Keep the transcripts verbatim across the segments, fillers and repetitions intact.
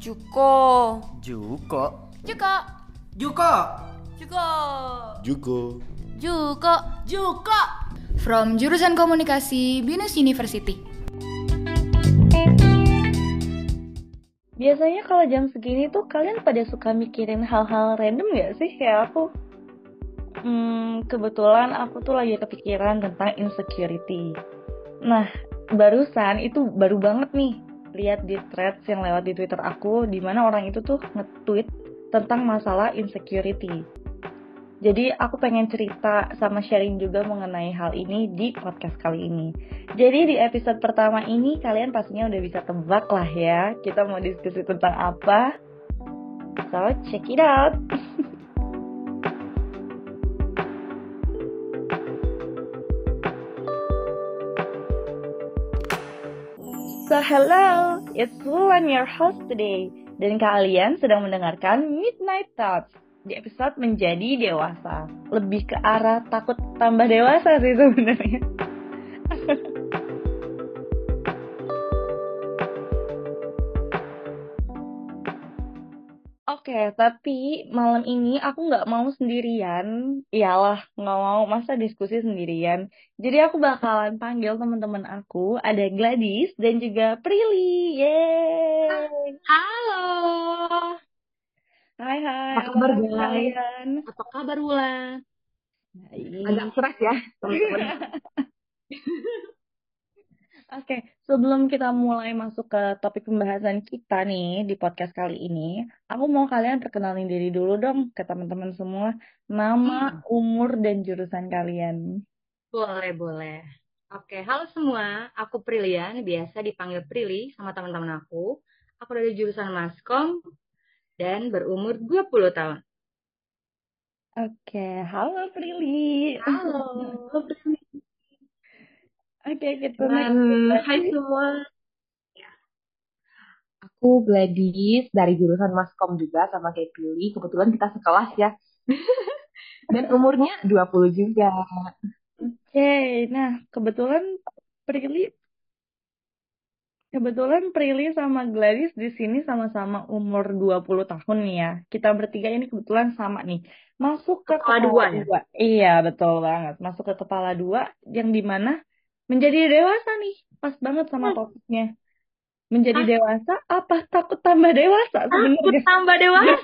Juko. Juko. Juko. Juko. Juko. Juko. Juko. Juko. From jurusan Komunikasi Binus University. Biasanya kalau jam segini tuh kalian pada suka mikirin hal-hal random gak sih kayak aku? Hmm, kebetulan aku tuh lagi kepikiran tentang insecurity. Nah, barusan itu baru banget nih lihat di threads yang lewat di Twitter aku, di mana orang itu tuh nge-tweet tentang masalah insecurity. Jadi aku pengen cerita sama sharing juga mengenai hal ini di podcast kali ini. Jadi di episode pertama ini kalian pastinya udah bisa tebak lah ya, kita mau diskusi tentang apa. So check it out. So hello, it's Wulan your host today. Dan kalian sedang mendengarkan Midnight Thoughts di episode Menjadi Dewasa. Lebih ke arah takut tambah dewasa sih sebenarnya. Oke, okay, tapi malam ini aku nggak mau sendirian. Iyalah, nggak mau masa diskusi sendirian. Jadi aku bakalan panggil teman-teman aku. Ada Gladys dan juga Prilly. Yeay! Halo. Hai hai. Apa kabar guys? Kalian? Apa kabar Wulan? Agak stres ya teman-teman. Oke, okay, sebelum kita mulai masuk ke topik pembahasan kita nih di podcast kali ini, aku mau kalian perkenalin diri dulu dong ke teman-teman semua, nama, hmm. umur, dan jurusan kalian. Boleh, boleh. Oke, halo semua, aku Prilian, biasa dipanggil Prilly sama teman-teman aku. Aku dari jurusan Maskom dan berumur dua puluh tahun. Oke, okay, halo Prilly. Halo. Halo Prilly. Oke, okay, kita Dan hai semua. Ya. Aku Gladys dari jurusan Maskom juga sama kayak Prilly. Kebetulan kita sekelas ya. Dan umurnya dua puluh juga. Oke, okay, nah kebetulan Prilly kebetulan Prilly sama Gladys di sini sama-sama umur dua puluh tahun nih ya. Kita bertiga ini kebetulan sama nih. Masuk ke kepala, kepala dua, dua ya? Iya, betul banget. Masuk ke kepala dua yang dimana menjadi dewasa nih, pas banget sama topiknya. Menjadi Hah? dewasa, apa takut tambah dewasa sebenarnya? Takut tambah dewasa.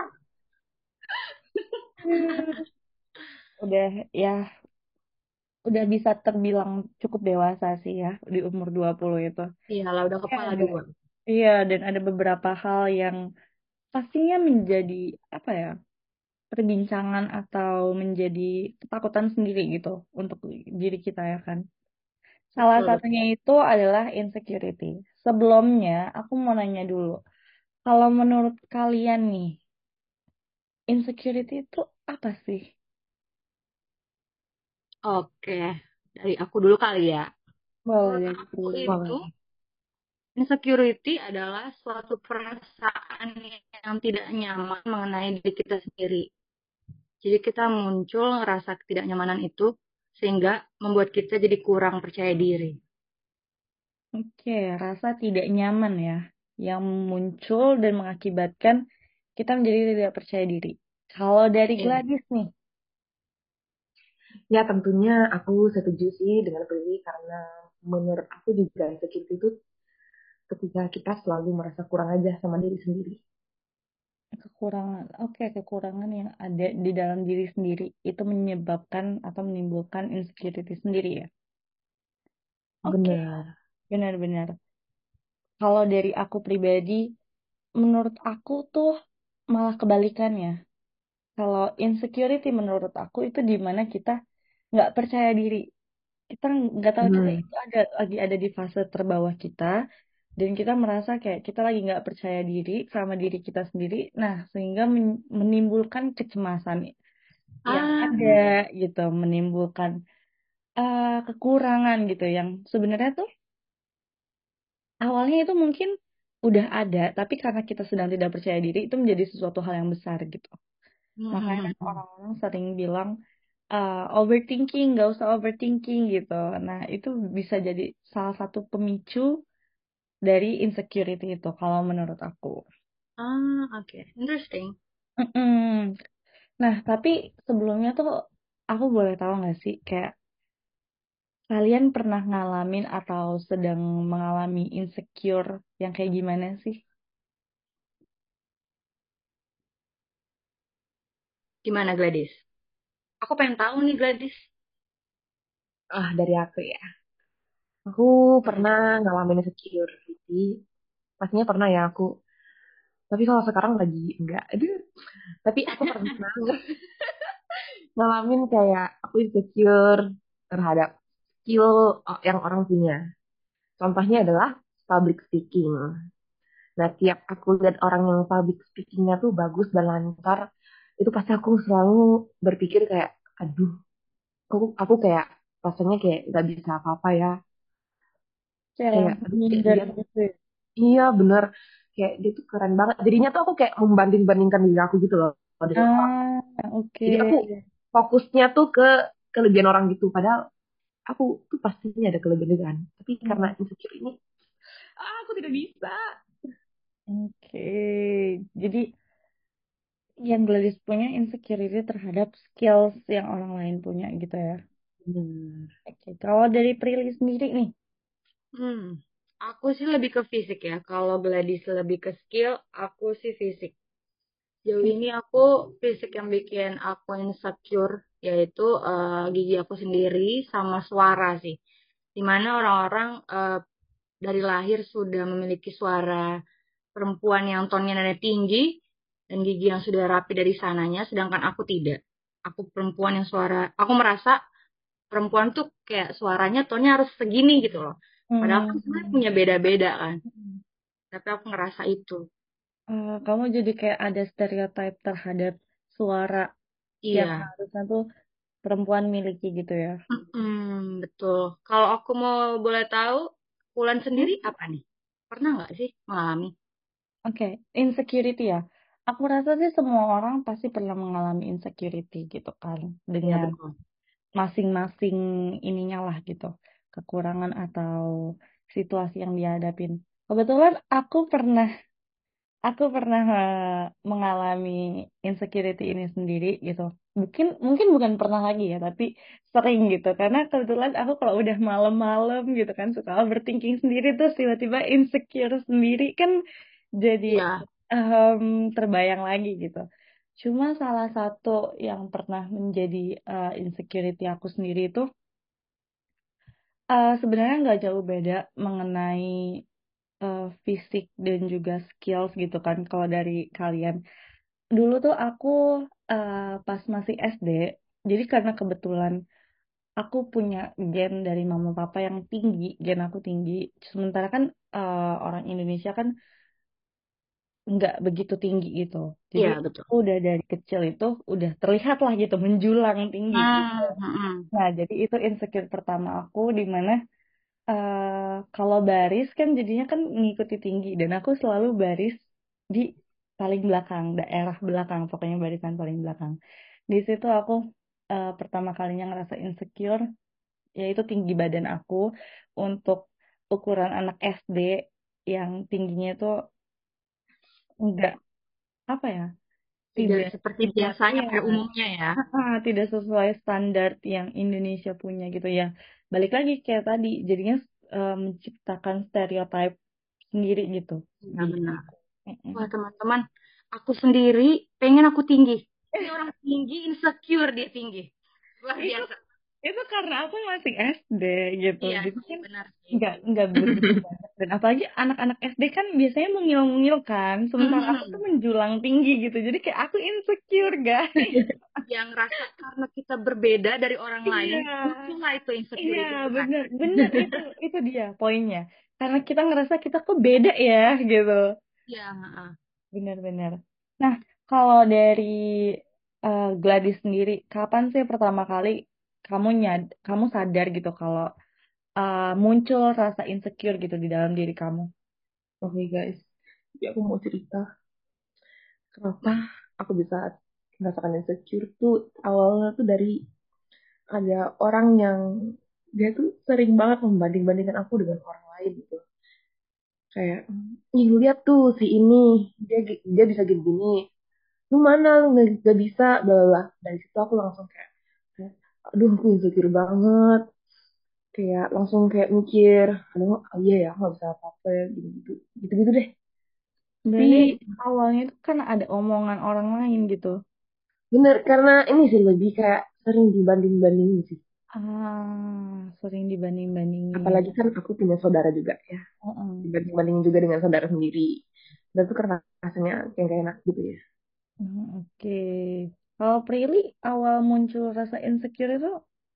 Udah ya, udah bisa terbilang cukup dewasa sih ya di umur dua puluh itu. Iya lah, udah kepala ya, dua. Iya, dan ada beberapa hal yang pastinya menjadi apa ya? Perbincangan atau menjadi ketakutan sendiri gitu untuk diri kita ya kan. Salah Betul. satunya itu adalah insecurity. Sebelumnya, aku mau nanya dulu. Kalau menurut kalian nih, insecurity itu apa sih? Oke, dari aku dulu kali ya. Boleh. Menurut aku itu, insecurity adalah suatu perasaan yang tidak nyaman mengenai diri kita sendiri. Jadi kita muncul ngerasa ketidaknyamanan itu, sehingga membuat kita jadi kurang percaya diri. Oke, rasa tidak nyaman ya, yang muncul dan mengakibatkan kita menjadi tidak percaya diri. Kalau dari Gladys nih? Ya tentunya aku setuju sih dengan Prilly, karena menurut aku juga insecurity itu ketika kita selalu merasa kurang aja sama diri sendiri. Kekurangan, oke okay, kekurangan yang ada di dalam diri sendiri itu menyebabkan atau menimbulkan insecurity sendiri ya? Oke, okay. Benar-benar. Kalau dari aku pribadi, menurut aku tuh malah kebalikannya. Kalau insecurity menurut aku itu dimana kita nggak percaya diri. Kita nggak tahu hmm. juga itu ada lagi ada di fase terbawah kita. Dan kita merasa kayak kita lagi nggak percaya diri sama diri kita sendiri. Nah, sehingga menimbulkan kecemasan yang ah. ada gitu. Menimbulkan uh, kekurangan gitu. Yang sebenarnya tuh awalnya itu mungkin udah ada. Tapi karena kita sedang tidak percaya diri, itu menjadi sesuatu hal yang besar gitu. Hmm. Makanya orang-orang sering bilang, uh, overthinking, nggak usah overthinking gitu. Nah, itu bisa jadi salah satu pemicu dari insecurity itu kalau menurut aku. Ah, oke. Interesting. Mm-mm. Nah, tapi sebelumnya tuh aku boleh tahu nggak sih, kayak kalian pernah ngalamin atau sedang mengalami insecure yang kayak gimana sih? Gimana Gladys? Aku pengen tahu nih Gladys. Ah, dari aku ya. Aku Hmm. pernah ngalamin insecurity. Pastinya pernah ya aku. Tapi kalau sekarang lagi enggak. Aduh. Tapi aku pernah ngalamin kayak aku insecure terhadap skill yang orang punya. Contohnya adalah public speaking. Nah, tiap aku lihat orang yang public speakingnya tuh bagus dan lancar, itu pasti aku selalu berpikir kayak, aduh, aku, aku kayak rasanya kayak gak bisa apa-apa ya. Kayak Kayak, langsung aduh, kayak minder dia, gitu ya? iya bener, kayak dia tuh keren banget. Jadinya tuh aku kayak membanding-bandingkan diri aku gitu loh dengan orang. Ah, oke. Jadi aku fokusnya tuh ke kelebihan orang gitu. Padahal aku tuh pastinya ada kelebihan. Tapi karena Hmm, insecure ini, ah, aku tidak bisa. oke. Jadi yang Gladys punya insecurity terhadap skills yang orang lain punya gitu ya. Bener. Oke, kalau dari Prilly sendiri nih. Hmm. Aku sih lebih ke fisik ya. Kalau Gladys lebih ke skill, aku sih fisik. Jauh ini aku fisik yang bikin aku insecure, yaitu eh, gigi aku sendiri sama suara sih. Dimana orang-orang eh, dari lahir sudah memiliki suara perempuan yang tonnya nada tinggi dan gigi yang sudah rapi dari sananya, sedangkan aku tidak. Aku perempuan yang suara, aku merasa perempuan tuh kayak suaranya tonnya harus segini gitu loh. Padahal kan sebenarnya Hmm, punya beda-beda kan. Tapi aku ngerasa itu. eh, kamu jadi kayak ada stereotip terhadap suara yang Iya. harusnya tuh perempuan miliki gitu ya. Mm, betul. Kalau aku mau boleh tahu, Wulan Hmm? sendiri apa nih? Pernah nggak sih mengalami? Oke, insecurity ya. Aku rasa sih semua orang pasti pernah mengalami insecurity gitu kan, Iya dengan betul. masing-masing ininya lah gitu, kekurangan atau situasi yang dihadapin. Kebetulan aku pernah Aku pernah eh, mengalami insecurity ini sendiri gitu. Mungkin mungkin bukan pernah lagi ya, tapi sering gitu. Karena kebetulan aku kalau udah malam-malam gitu kan suka overthinking sendiri terus tiba-tiba insecure sendiri kan jadi Iya, em, terbayang lagi gitu. Cuma salah satu yang pernah menjadi eh, insecurity aku sendiri itu eh, sebenarnya nggak jauh beda mengenai eh, fisik dan juga skills gitu kan kalau dari kalian. Dulu tuh aku eh, pas masih S D, jadi karena kebetulan aku punya gen dari mama papa yang tinggi, gen aku tinggi. Sementara kan eh, orang Indonesia kan nggak begitu tinggi gitu. Jadi iya betul. aku udah dari kecil itu udah terlihat lah gitu menjulang tinggi gitu. Hmm, hmm, hmm. Nah, jadi itu insecure pertama aku di mana eh, kalau baris kan jadinya kan ngikuti tinggi dan aku selalu baris di paling belakang, daerah belakang, pokoknya barisan paling belakang. Di situ aku eh, pertama kalinya ngerasa insecure, yaitu tinggi badan aku untuk ukuran anak S D yang tingginya itu enggak apa ya, Tidak tidak seperti sesuai, biasanya iya, pada umumnya ya. ah, tidak sesuai standar yang Indonesia punya gitu ya. Balik lagi kayak tadi, jadinya eh, menciptakan stereotip sendiri gitu Iya di benar. aku. Mm-mm. Wah teman-teman, aku sendiri pengen aku tinggi. Ini orang tinggi, insecure dia tinggi. Luar Itu biasa. itu karena aku masih S D gitu, Iya jadi sih, kan benar sih. nggak nggak begitu banyak. Dan apalagi anak-anak S D kan biasanya mungil-mungil kan, sementara aku tuh menjulang tinggi gitu, jadi kayak aku insecure guys. Yang rasa karena kita berbeda dari orang lain, Iya, muncullah itu iya insecurity itu kan. bener bener itu itu dia poinnya. Karena kita ngerasa kita kok beda ya gitu. Iya, heeh. Benar-benar. Nah, kalau dari eh, Gladys sendiri, kapan sih pertama kali kamu nyad kamu sadar gitu kalau eh, muncul rasa insecure gitu di dalam diri kamu? Oke guys, jadi aku mau cerita kenapa aku bisa merasakan insecure tuh awalnya tuh dari ada orang yang dia tuh sering banget membanding-bandingkan aku dengan orang lain gitu. Kayak, ih lihat tuh si ini, dia gi- dia bisa gini-gini. Lu mana lu nggak nggak bisa, bla bla bla. Dari situ aku langsung kayak, aduh aku insecure banget. Kayak langsung kayak mikir, aduh oh iya ya, aku nggak bisa apa-apa ya, gitu-gitu. Gitu-gitu deh. Berarti Tapi awalnya itu kan ada omongan orang lain gitu. bener, karena ini sih lebih kayak sering dibanding-bandingin sih. Ah, sering dibanding-bandingin ya. Apalagi kan aku punya saudara juga ya. Heeh. Dibanding-bandingin juga dengan saudara sendiri. Dan itu kan rasanya kayak gak enak gitu ya. Hmm, oke. Kalau Prilly awal muncul rasa insecure itu,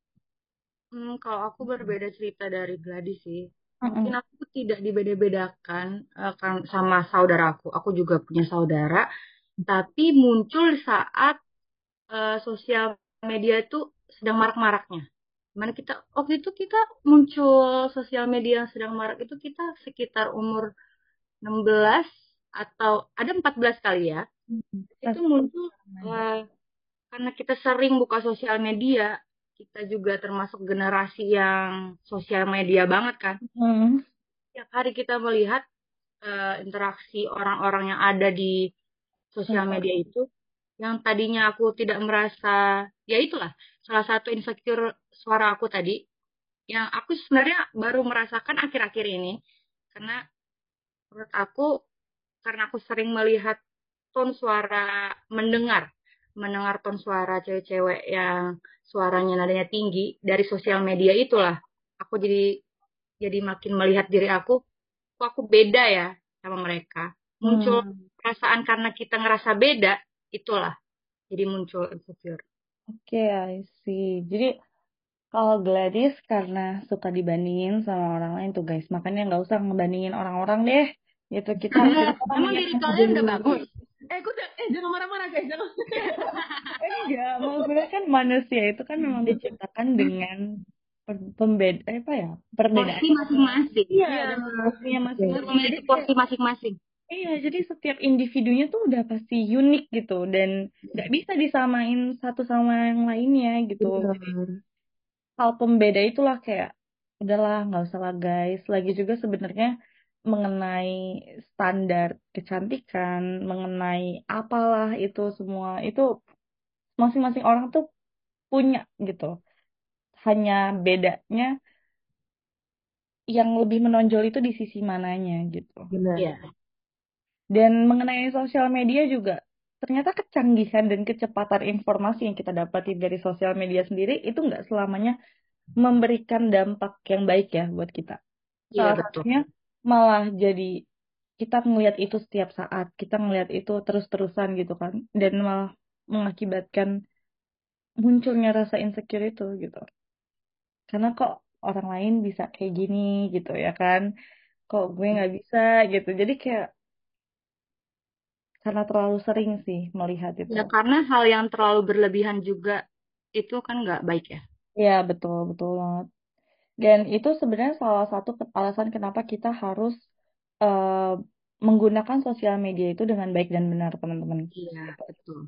Hmm, kalau aku berbeda cerita dari Gladys sih. Mungkin heeh. aku tidak dibeda-bedakan eh, kan sama saudaraku. Aku juga punya saudara, tapi muncul saat eh, sosial media itu sedang marak-maraknya. Mana kita waktu itu kita muncul sosial media yang sedang marak itu kita sekitar umur enam belas atau ada empat belas kali ya. Hmm, Itu pas muncul remaja. eh, karena kita sering buka sosial media, kita juga termasuk generasi yang sosial media banget kan. Hmm, Tiap hari kita melihat eh, interaksi orang-orang yang ada di sosial sosial. media itu, yang tadinya aku tidak merasa, ya itulah salah satu insecure suara aku tadi, yang aku sebenarnya baru merasakan akhir-akhir ini, karena menurut aku, karena aku sering melihat ton suara, mendengar, mendengar ton suara cewek-cewek yang suaranya nadanya tinggi dari sosial media itulah, aku jadi jadi makin melihat diri aku, kok aku beda ya sama mereka. Muncul Hmm, perasaan karena kita ngerasa beda, itulah jadi muncul insecure. oke, I see. Jadi kalau Gladys karena suka dibandingin sama orang lain tuh guys, makanya nggak usah ngebandingin orang-orang deh. Gitu kita harus jadi orang Emang yang diri kalian udah Jangan, bagus? eh aku udah, eh jangan marah-marah guys, jangan. enggak, maksudnya kan manusia itu kan memang diciptakan dengan per- pembeda eh, apa ya perbedaan. Porsi masing-masing. Iya, Iya, dan porsinya oke. masing-masing. Jadi Memiliki kayak porsi masing-masing. iya, jadi setiap individunya tuh udah pasti unik gitu dan nggak bisa disamain satu sama yang lainnya gitu. Jadi Benar. hal pembeda itulah kayak udahlah nggak usah lah guys. Lagi juga sebenarnya mengenai standar kecantikan, mengenai apalah itu semua itu masing-masing orang tuh punya gitu. Hanya bedanya yang lebih menonjol itu di sisi mananya gitu. Benar. Iya. Dan mengenai sosial media juga, ternyata kecanggihan dan kecepatan informasi yang kita dapati dari sosial media sendiri itu nggak selamanya memberikan dampak yang baik ya buat kita. Iya Salah betul. satunya malah jadi kita ngelihat itu setiap saat, kita ngelihat itu terus-terusan gitu kan, dan malah mengakibatkan munculnya rasa insecure itu gitu. Karena kok orang lain bisa kayak gini gitu ya kan, kok gue nggak bisa gitu. Jadi kayak karena terlalu sering sih melihat itu. Ya karena hal yang terlalu berlebihan juga itu kan nggak baik ya. Ya, betul, betul banget. Dan itu sebenarnya salah satu ke- alasan kenapa kita harus eh, menggunakan sosial media itu dengan baik dan benar, teman-teman. Iya Gitu. betul.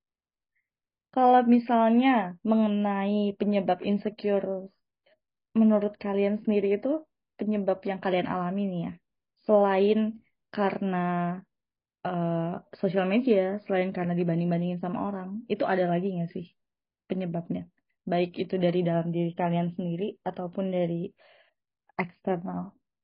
Kalau misalnya mengenai penyebab insecure, menurut kalian sendiri itu penyebab yang kalian alami nih ya, selain karena eh, sosial media, selain karena dibanding-bandingin sama orang, itu ada lagi nggak sih penyebabnya? Baik itu dari dalam diri kalian sendiri ataupun dari eksternal.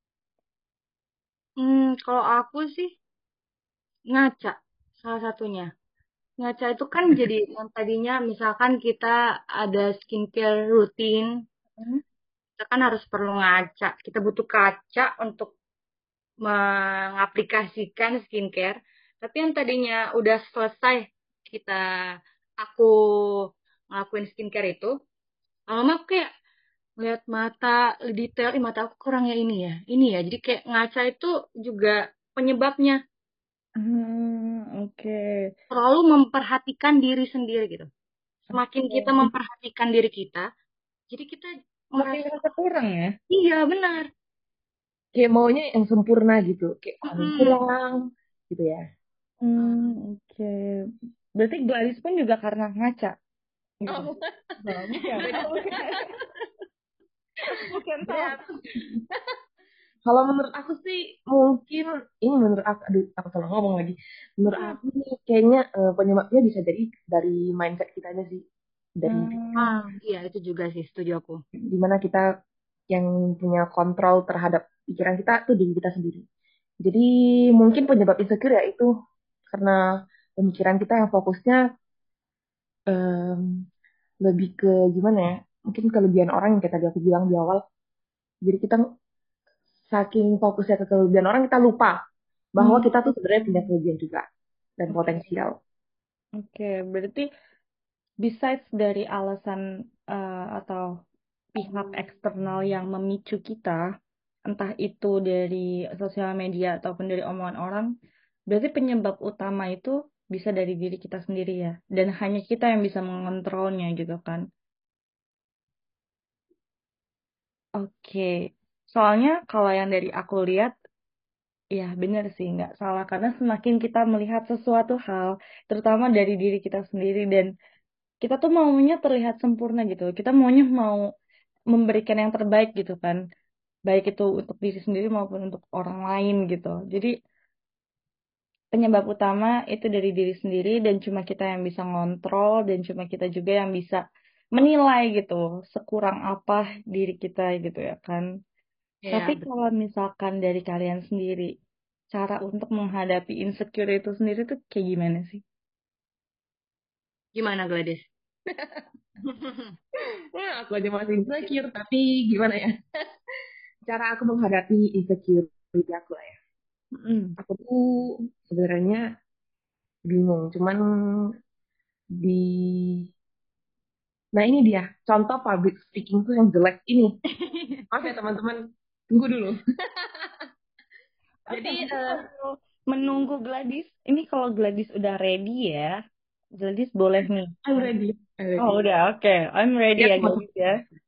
Hmm, kalau aku sih ngaca salah satunya. Ngaca itu kan jadi yang tadinya misalkan kita ada skincare rutin, Hmm? kita kan harus perlu ngaca. Kita butuh kaca untuk mengaplikasikan skincare. Tapi yang tadinya udah selesai kita aku ngelakuin skincare itu, lama aku kayak lihat mata detail, ih mata aku kurangnya ini ya, ini ya. Jadi kayak ngaca itu juga penyebabnya Hmm, oke. terlalu memperhatikan diri sendiri gitu. Semakin kita Oke. memperhatikan diri kita, jadi kita Makin merasa merasa kurang ya? iya benar. Kayak maunya yang sempurna gitu. Kayak ada yang Mm-mm. kurang gitu ya. Hmm, oke. Berarti Gladys pun juga karena ngaca gitu. Oh, Nah, bukan. beda. Bukan Beda. salah. Kalau menurut aku sih mungkin ini menurut aku, aduh aku salah ngomong lagi. Menurut Hmm. aku nih kayaknya eh, penyebabnya bisa jadi dari mindset kita aja sih, dari Ah, Hmm, iya itu juga sih setuju aku. dimana kita yang punya kontrol terhadap pikiran kita tuh diri kita sendiri. Jadi mungkin penyebab insecure ya itu karena pemikiran kita yang fokusnya em, lebih ke gimana ya? Mungkin kelebihan orang yang kayak tadi aku bilang di awal. Jadi kita saking fokusnya ke kelebihan orang kita lupa bahwa hmm, kita tuh sebenarnya punya kelebihan juga dan oke, potensial. oke. Berarti besides dari alasan eh, atau pihak eksternal yang memicu kita, entah itu dari sosial media ataupun dari omongan orang, berarti penyebab utama itu bisa dari diri kita sendiri ya, dan hanya kita yang bisa mengontrolnya gitu kan. Oke, soalnya kalau yang dari aku lihat, ya benar sih, nggak salah. Karena semakin kita melihat sesuatu hal, terutama dari diri kita sendiri, dan kita tuh maunya terlihat sempurna gitu. Kita maunya mau memberikan yang terbaik gitu kan. Baik itu untuk diri sendiri maupun untuk orang lain gitu. Jadi penyebab utama itu dari diri sendiri dan cuma kita yang bisa ngontrol dan cuma kita juga yang bisa menilai gitu sekurang apa diri kita gitu ya kan. Iya, Tapi betul. kalau misalkan dari kalian sendiri, cara untuk menghadapi insecure itu sendiri tuh kayak gimana sih? Gimana Gladys? Nah, aku aja masih insecure, tapi gimana ya? Cara aku menghadapi insecurity aku lah ya. Mm. Aku tuh sebenarnya bingung, cuman di nah ini dia contoh public speaking tuh yang jelek ini. Maaf ya teman-teman, tunggu dulu. Oke, Jadi mungkin eh sambil menunggu Gladys, ini kalau Gladys udah ready ya, Gladys boleh nih. I'm ready, I'm Oh ready. udah, oke, I'm ready Jadi ya aku masuk Gladys ya.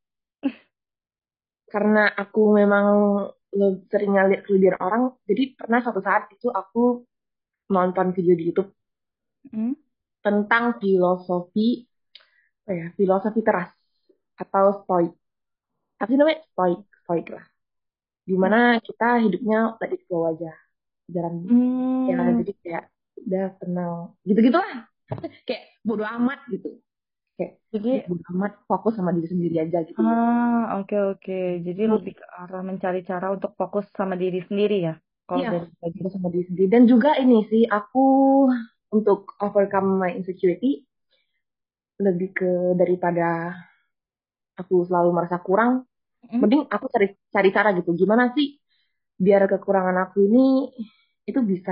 karena aku memang le- sering ngeliat kelebihan orang. Jadi pernah suatu saat itu aku nonton video di YouTube Hmm? tentang filosofi, apa ya, filosofi teras atau stoik. Apa sih namanya? Stoik, stoik lah. Dimana kita hidupnya let it flow aja, jalan ya. Hmm, Jadi kayak udah tenang, gitu-gitulah. Kayak bodo amat gitu. Kayak udah jadi bodo amat, fokus sama diri sendiri aja gitu. ah oke oke, jadi Hmm, lebih ke arah mencari cara untuk fokus sama diri sendiri ya. Kalau iya, dari Gladys. fokus sama diri sendiri. Dan juga ini sih, aku untuk overcome my insecurity lebih ke daripada aku selalu merasa kurang, Hmm? mending aku cari cari cara gitu. Gimana sih biar kekurangan aku ini itu bisa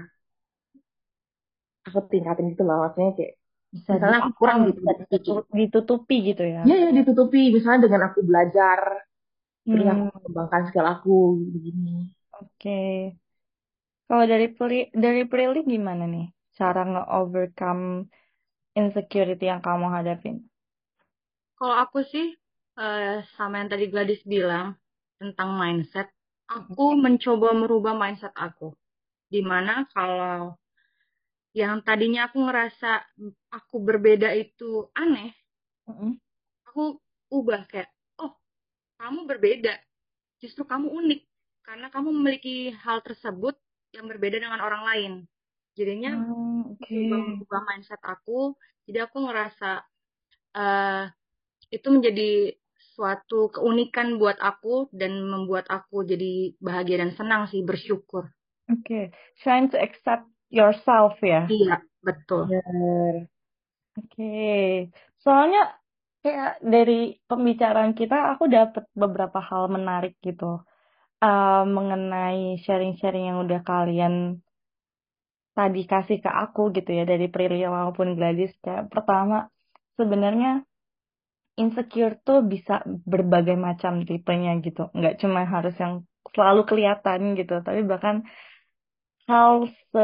aku tingkatin gitu loh. Maksudnya kayak Bisa di misalnya aku apa kurang yang gitu bisa di speaking. ditutu- ditutupi gitu ya. Ya ya ditutupi misalnya dengan aku belajar terus aku Hmm, kembangkan skill aku begini. oke. Kalau dari Pri, dari Prilly gimana nih? Cara nge-overcome insecurity yang kamu hadapin? Kalau aku sih eh, sama yang tadi Gladys bilang tentang mindset, aku mencoba merubah mindset aku. Dimana kalau yang tadinya aku ngerasa aku berbeda itu aneh, Mm-mm. aku ubah kayak, oh kamu berbeda, justru kamu unik karena kamu memiliki hal tersebut yang berbeda dengan orang lain. Jadinya Hmm, oke. coba merubah mindset aku, jadi aku ngerasa eh, itu menjadi suatu keunikan buat aku dan membuat aku jadi bahagia dan senang sih, bersyukur. Oke. Trying to accept yourself ya. Iya, betul. Bener. Oke. Soalnya kayak dari pembicaraan kita aku dapat beberapa hal menarik gitu. Eh, mengenai sharing-sharing yang udah kalian tadi kasih ke aku gitu ya dari Prilly maupun Gladys. Kayak pertama, sebenarnya insecure tuh bisa berbagai macam tipenya gitu. Nggak cuma harus yang selalu kelihatan gitu, tapi bahkan hal se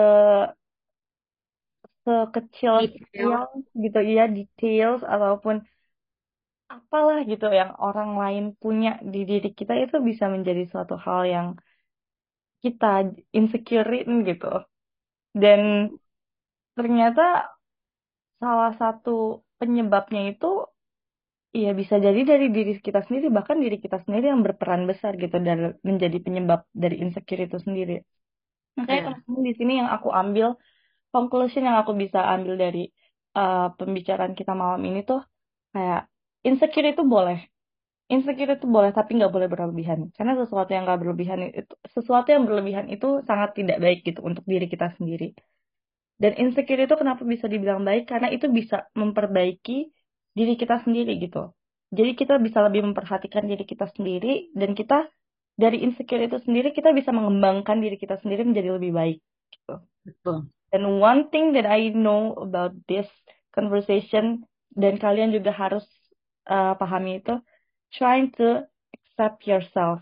sekecil Detail. detail gitu ya, details ataupun apalah gitu yang orang lain punya di diri kita itu bisa menjadi suatu hal yang kita insecurein gitu. Dan ternyata salah satu penyebabnya itu Iya, bisa jadi dari diri kita sendiri, bahkan diri kita sendiri yang berperan besar gitu dalam menjadi penyebab dari insecure itu sendiri. Makanya Iya. teman-teman di sini yang aku ambil, conclusion yang aku bisa ambil dari uh, pembicaraan kita malam ini tuh kayak insecure itu boleh, insecure itu boleh tapi nggak boleh berlebihan. Karena sesuatu yang nggak berlebihan itu, sesuatu yang berlebihan itu sangat tidak baik gitu untuk diri kita sendiri. Dan insecure itu kenapa bisa dibilang baik? Karena itu bisa memperbaiki diri kita sendiri gitu. Jadi kita bisa lebih memperhatikan diri kita sendiri dan kita dari insecure itu sendiri kita bisa mengembangkan diri kita sendiri menjadi lebih baik gitu. Betul. And one thing that I know about this conversation dan kalian juga harus uh, pahami itu, trying to accept yourself.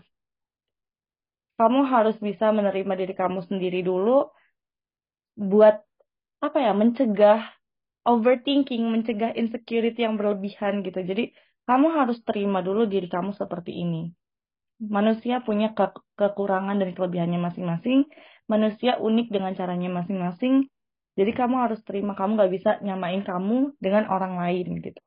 Kamu harus bisa menerima diri kamu sendiri dulu buat apa ya, mencegah overthinking, mencegah insecurity yang berlebihan gitu. Jadi kamu harus terima dulu diri kamu seperti ini. Manusia punya ke- kekurangan dan kelebihannya masing-masing. Manusia unik dengan caranya masing-masing. Jadi kamu harus terima, kamu gak bisa nyamain kamu dengan orang lain gitu.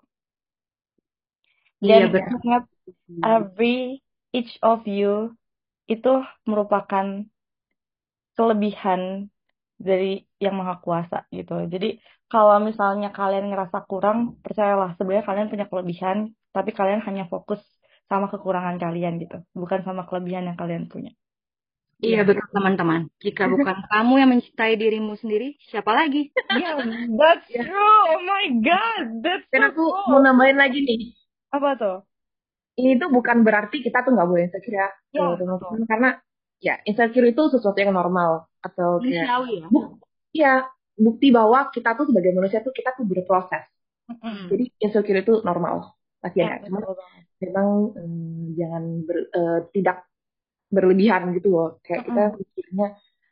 Iya, Dan betul. ingat, every each of you itu merupakan kelebihan dari yang maha kuasa gitu. Jadi kalau misalnya kalian ngerasa kurang, percayalah sebenarnya kalian punya kelebihan, tapi kalian hanya fokus sama kekurangan kalian gitu, bukan sama kelebihan yang kalian punya. Iya, betul teman-teman. Jika bukan kamu yang mencintai dirimu sendiri, siapa lagi? Yeah, that's true. Oh my God, that's Dan so aku cool. mau nambahin lagi nih, Apa tuh? ini tuh bukan berarti kita tuh nggak boleh insecure ya, Ya, eh, teman-teman, karena ya insecure itu sesuatu yang normal atau kayak Manusiawi ya. buk, ya bukti bahwa kita tuh sebagai manusia tuh kita tuh berproses. Mm-mm. Jadi insecure itu normal pasti Ya, ada. Cuma betul banget. memang em, jangan ber- eh, tidak berlebihan gitu loh. Kayak kita Mm-mm. pikirnya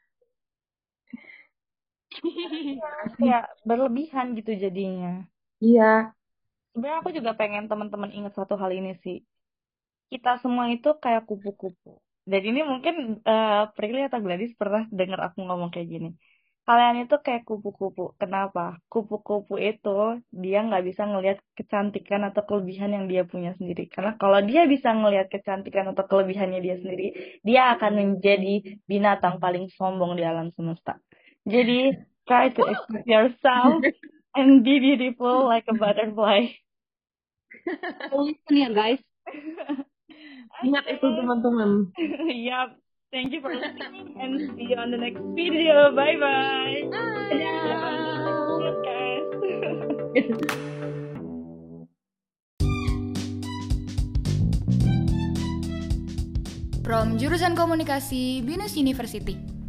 Kayak berlebihan gitu jadinya. iya, Sebenarnya aku juga pengen teman-teman ingat satu hal ini sih. Kita semua itu kayak kupu-kupu. Dan ini mungkin eh Prilly atau Gladys pernah dengar aku ngomong kayak gini. Kalian itu kayak kupu-kupu. Kenapa? Kupu-kupu itu dia nggak bisa ngelihat kecantikan atau kelebihan yang dia punya sendiri. Karena kalau dia bisa ngelihat kecantikan atau kelebihannya dia sendiri, dia akan menjadi binatang paling sombong di alam semesta. Jadi, try to accept yourself and be beautiful like a butterfly. Listen ya guys. ingat itu teman-teman. Yup. Thank you for listening and see you on the next video. Bye bye. From Jurusan Komunikasi Binus University.